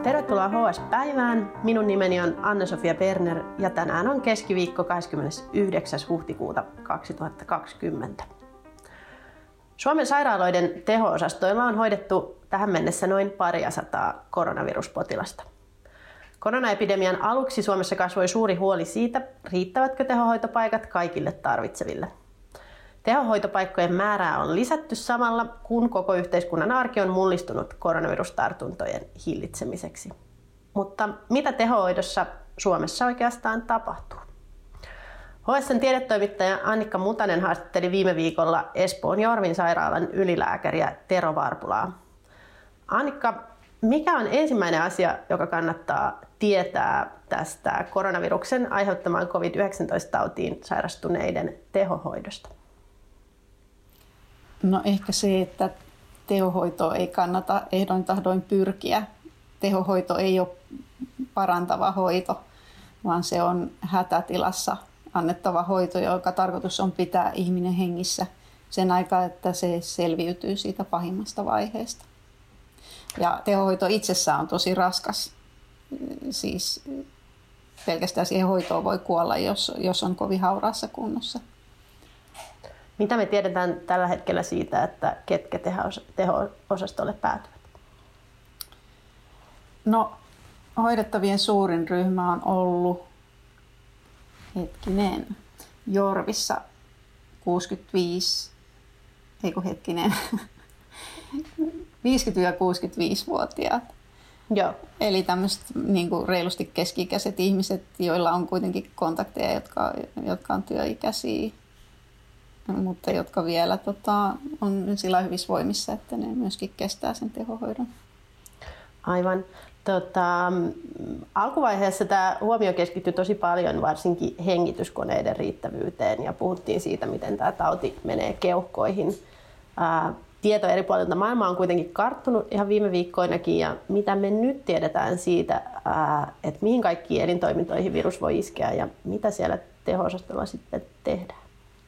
Tervetuloa HS-päivään. Minun nimeni on Anne-Sofia Berner ja tänään on keskiviikko 29. huhtikuuta 2020. Suomen sairaaloiden teho-osastoilla on hoidettu tähän mennessä noin 200 koronaviruspotilasta. Koronaepidemian aluksi Suomessa kasvoi suuri huoli siitä, riittävätkö tehohoitopaikat kaikille tarvitseville. Tehohoitopaikkojen määrää on lisätty samalla, kun koko yhteiskunnan arki on mullistunut koronavirustartuntojen hillitsemiseksi. Mutta mitä tehohoidossa Suomessa oikeastaan tapahtuu? HS:n tiedetoimittaja Annikka Mutanen haastatteli viime viikolla Espoon Jorvin sairaalan ylilääkäriä Tero Varpulaa. Annikka, mikä on ensimmäinen asia, joka kannattaa tietää tästä koronaviruksen aiheuttamaan COVID-19-tautiin sairastuneiden tehohoidosta? No ehkä se, että tehohoitoon ei kannata ehdoin tahdoin pyrkiä. Tehohoito ei ole parantava hoito, vaan se on hätätilassa annettava hoito, joka tarkoitus on pitää ihminen hengissä sen aikaa, että se selviytyy siitä pahimmasta vaiheesta. Ja tehohoito itsessään on tosi raskas. Siis pelkästään siihen hoitoon voi kuolla, jos on kovin hauraassa kunnossa. Mitä me tiedetään tällä hetkellä siitä, että ketkä teho-osastolle päätyvät? No, hoidettavien suurin ryhmä on ollut Jorvissa 50-65-vuotiaat. Joo. Eli tämmöiset niin kuin reilusti keski-ikäiset ihmiset, joilla on kuitenkin kontakteja, jotka on työikäisiä, mutta jotka vielä on sillä hyvissä voimissa, että ne myöskin kestää sen tehohoidon. Aivan. Alkuvaiheessa tämä huomio keskittyi tosi paljon varsinkin hengityskoneiden riittävyyteen ja puhuttiin siitä, miten tämä tauti menee keuhkoihin. Tieto eri puolilta maailmaa on kuitenkin karttunut ihan viime viikkoinakin ja mitä me nyt tiedetään siitä, että mihin kaikkiin elintoimintoihin virus voi iskeä ja mitä siellä teho-osastolla sitten tehdään.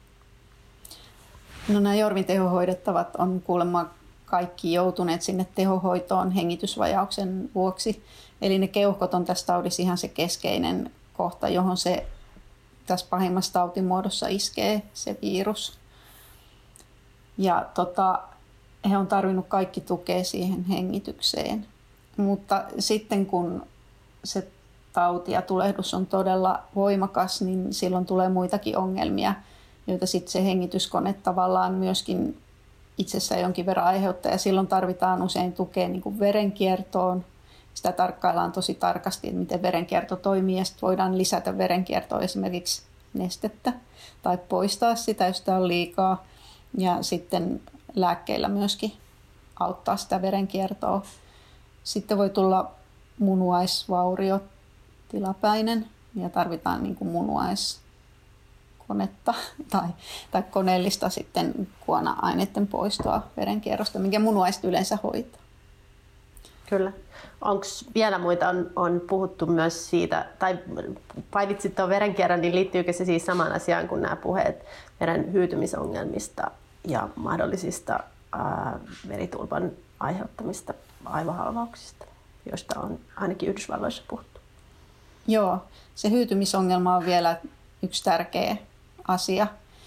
No, nämä Jorvin tehohoidettavat on kuulemma kaikki joutuneet sinne tehohoitoon hengitysvajauksen vuoksi. Eli ne keuhkot on tässä taudissa ihan se keskeinen kohta, johon se tässä pahimmassa tautimuodossa iskee se virus. Ja he on tarvinnut kaikki tukea siihen hengitykseen. Mutta sitten kun se tauti ja tulehdus on todella voimakas, niin silloin tulee muitakin ongelmia, joita sitten se hengityskone tavallaan myöskin itsessään jonkin verran aiheuttaa. Ja silloin tarvitaan usein tukea niin kuin verenkiertoon. Sitä tarkkaillaan tosi tarkasti, että miten verenkierto toimii ja sitten voidaan lisätä verenkiertoa esimerkiksi nestettä tai poistaa sitä, jos sitä on liikaa. Ja sitten lääkkeillä myöskin auttaa sitä verenkiertoa. Sitten voi tulla munuaisvaurio tilapäinen ja tarvitaan niin kuin munuaiskonetta tai koneellista sitten kuona-aineiden poistoa verenkierrosta, minkä munuaiset yleensä hoitaa. Kyllä. Onko vielä muita, on puhuttu myös siitä, tai painitsit tuon verenkierron, niin liittyykö se siis samaan asiaan kuin nämä puheet veren hyytymisongelmista ja mahdollisista veritulpan aiheuttamista aivohalvauksista, joista on ainakin Yhdysvalloissa puhuttu? Joo, se hyytymisongelma on vielä yksi tärkeä asia,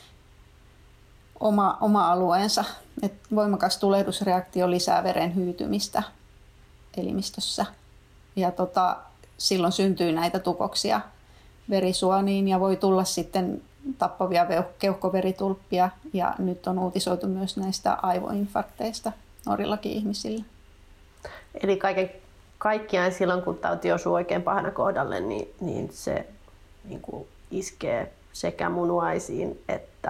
oma alueensa. Et voimakas tulehdusreaktio lisää veren hyytymistä elimistössä ja silloin syntyy näitä tukoksia verisuoniin ja voi tulla sitten tappavia keuhkoveritulppia ja nyt on uutisoitu myös näistä aivoinfarkteista nuorillakin ihmisillä. Eli kaikkiaan silloin kun tauti osuu oikein pahana kohdalle, niin se niin kuin iskee sekä munuaisiin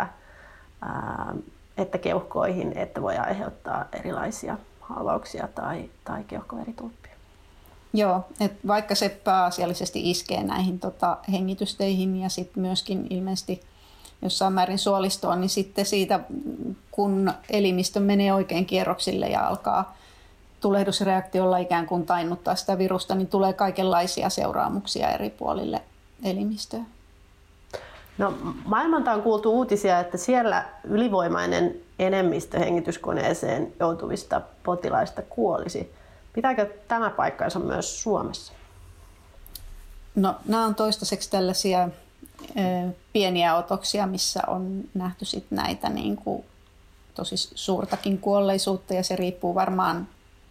että keuhkoihin, että voi aiheuttaa erilaisia halvauksia tai keuhkoveritulppia. Joo, että vaikka se pääasiallisesti iskee näihin hengitysteihin ja sitten myöskin ilmeisesti jossain määrin suolistoon, niin sitten siitä kun elimistö menee oikein kierroksille ja alkaa tulehdusreaktiolla ikään kuin tainnuttaa sitä virusta, niin tulee kaikenlaisia seuraamuksia eri puolille elimistöä. No, maailmalta on kuultu uutisia, että siellä ylivoimainen enemmistö hengityskoneeseen joutuvista potilaista kuolisi Pitääkö tämä paikkansa myös Suomessa? No, nämä on toistaiseksi tällaisia pieniä otoksia, missä on nähty sit näitä niin kuin tosi suurtakin kuolleisuutta, ja se riippuu varmaan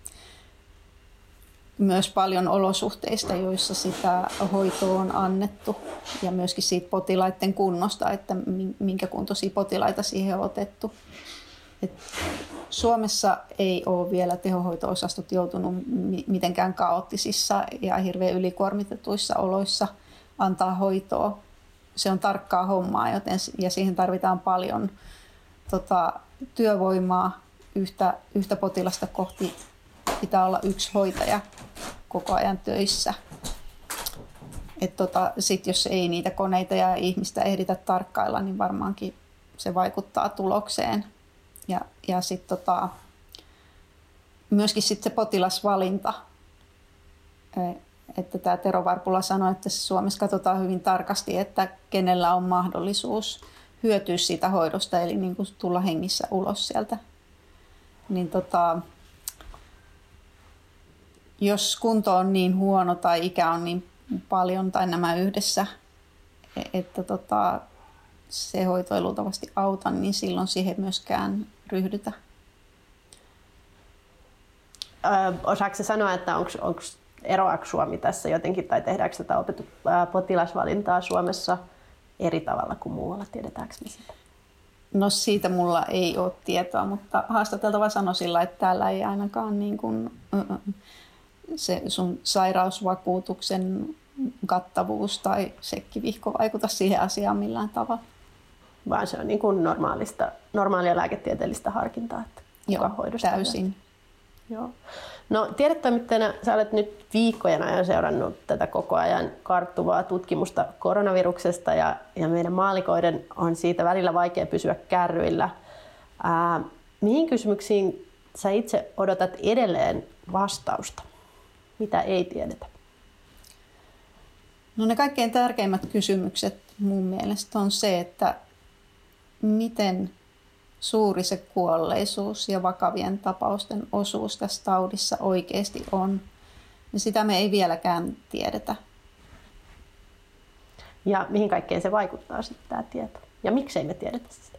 myös paljon olosuhteista, joissa sitä hoitoa on annettu, ja myöskin siitä potilaiden kunnosta, että minkä kuntoisia potilaita siihen on otettu. Et Suomessa ei ole vielä tehohoito-osastot joutunut mitenkään kaoottisissa ja hirveän ylikuormitetuissa oloissa antaa hoitoa. Se on tarkkaa hommaa, ja siihen tarvitaan paljon työvoimaa. Yhtä potilasta kohti pitää olla yksi hoitaja koko ajan töissä. Sit jos ei niitä koneita ja ihmistä ehditä tarkkailla, niin varmaankin se vaikuttaa tulokseen. Ja sitten myöskin sit se potilasvalinta. Että tämä Tero Varpula sanoi, että Suomessa katsotaan hyvin tarkasti, että kenellä on mahdollisuus hyötyä siitä hoidosta, eli niin kuin tulla hengissä ulos sieltä. Niin jos kunto on niin huono tai ikä on niin paljon tai nämä yhdessä, että se hoito ei luultavasti auta, niin silloin siihen myöskään ryhdytä. Osaatko sä sanoa, että onko eroako Suomi tässä jotenkin, tai tehdäänkö tätä potilasvalintaa Suomessa eri tavalla kuin muualla? Tiedetäänkö me sitä? No siitä mulla ei ole tietoa, mutta haastateltava sanoi sillä, että täällä ei ainakaan niin kuin, se sun sairausvakuutuksen kattavuus tai sekkivihko vaikuta siihen asiaan millään tavalla. Vaan se on niin kuin normaalia lääketieteellistä harkintaa, että kuka hoidosta täysin. Joo. No, tiedetoimittajana sä olet nyt viikkojen ajan seurannut tätä koko ajan karttuvaa tutkimusta koronaviruksesta, ja meidän maallikoiden on siitä välillä vaikea pysyä kärryillä. Mihin kysymyksiin sä itse odotat edelleen vastausta? Mitä ei tiedetä? No, ne kaikkein tärkeimmät kysymykset mun mielestä on se, että miten suuri se kuolleisuus ja vakavien tapausten osuus tässä taudissa oikeasti on. Ja sitä me ei vieläkään tiedetä. Ja mihin kaikkeen se vaikuttaa sitten tämä tieto? Ja miksei me tiedetä sitä?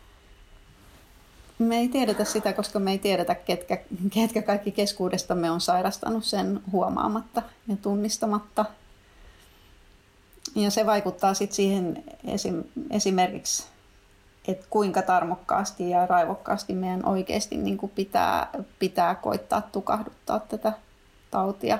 Me ei tiedetä sitä, koska me ei tiedetä, ketkä kaikki keskuudestamme on sairastanut sen huomaamatta ja tunnistamatta. Ja se vaikuttaa sitten siihen esimerkiksi, että kuinka tarmokkaasti ja raivokkaasti meidän oikeasti niin kuin pitää koittaa tukahduttaa tätä tautia.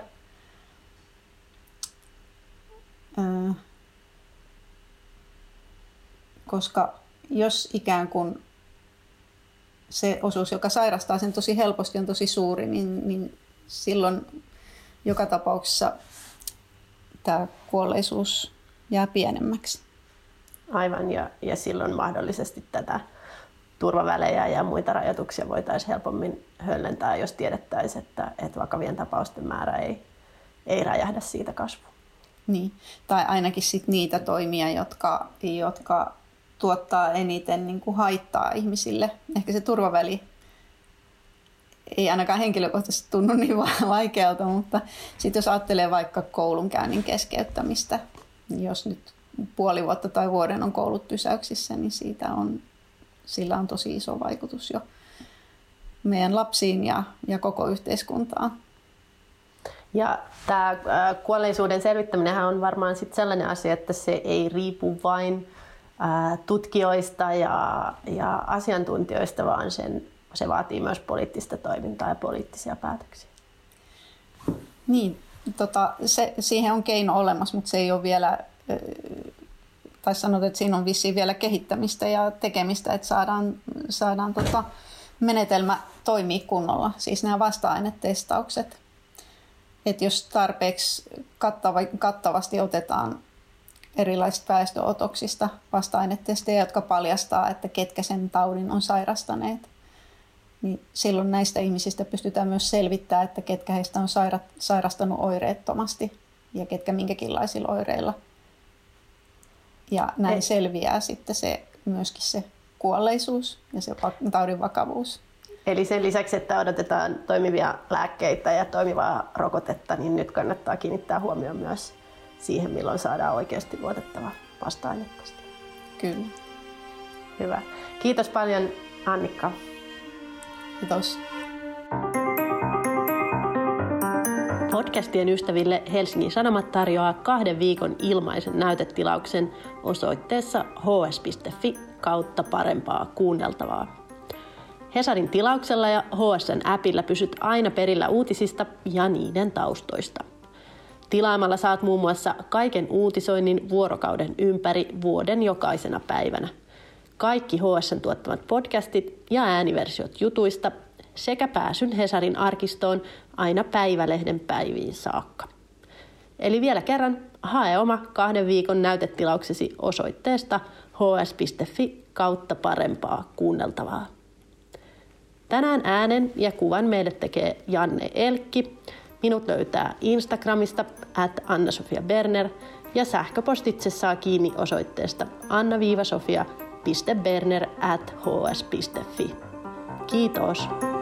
Koska jos ikään kuin se osuus, joka sairastaa sen tosi helposti, on tosi suuri, niin silloin joka tapauksessa tämä kuolleisuus jää pienemmäksi. Aivan, ja silloin mahdollisesti tätä turvavälejä ja muita rajoituksia voitaisiin helpommin höllentää, jos tiedettäisiin, että vakavien tapausten määrä ei räjähdä siitä kasvuun. Niin. Tai ainakin sit niitä toimia, jotka tuottaa eniten niin kuin haittaa ihmisille. Ehkä se turvaväli ei ainakaan henkilökohtaisesti tunnu niin vaikealta, mutta sitten jos ajattelee vaikka koulunkäynnin keskeyttämistä, jos nyt puoli vuotta tai vuoden on koulut pysäyksissä, niin sillä on tosi iso vaikutus jo meidän lapsiin ja koko yhteiskuntaan. Ja tämä kuolleisuuden selvittäminen on varmaan sit sellainen asia, että se ei riipu vain tutkijoista ja asiantuntijoista, vaan se vaatii myös poliittista toimintaa ja poliittisia päätöksiä. Niin, siihen on keino olemassa, mutta se ei ole vielä, tai sanot, että siinä on vissiin vielä kehittämistä ja tekemistä, että saadaan menetelmä toimii kunnolla, siis nämä vasta-ainetestaukset. Että jos tarpeeksi kattavasti otetaan erilaisista väestöotoksista vasta-ainetestejä, jotka paljastaa, että ketkä sen taudin on sairastaneet, niin silloin näistä ihmisistä pystytään myös selvittämään, että ketkä heistä on sairastanut oireettomasti ja ketkä minkäkinlaisilla oireilla. Ja näin selviää sitten myöskin se kuolleisuus ja se taudin vakavuus. Eli sen lisäksi, että odotetaan toimivia lääkkeitä ja toimivaa rokotetta, niin nyt kannattaa kiinnittää huomioon myös siihen, milloin saadaan oikeasti luotettava vasta-ainetesti. Kyllä. Hyvä. Kiitos paljon, Annikka. Kiitos. Podcastien ystäville Helsingin Sanomat tarjoaa 2 viikon ilmaisen näytetilauksen osoitteessa hs.fi/parempaa kuunneltavaa. Hesarin tilauksella ja HSN-appillä pysyt aina perillä uutisista ja niiden taustoista. Tilaamalla saat muun muassa kaiken uutisoinnin vuorokauden ympäri vuoden jokaisena päivänä. Kaikki HSN tuottamat podcastit ja ääniversiot jutuista sekä pääsyn Hesarin arkistoon aina päivälehden päiviin saakka. Eli vielä kerran, hae oma 2 viikon näytetilauksesi osoitteesta hs.fi/parempaa kuunneltavaa. Tänään äänen ja kuvan meille tekee Janne Elkki. Minut löytää Instagramista @Anna-Sofia-Berner ja sähköpostitse saa kiinni osoitteesta anna-sofia.berner@hs.fi. Kiitos!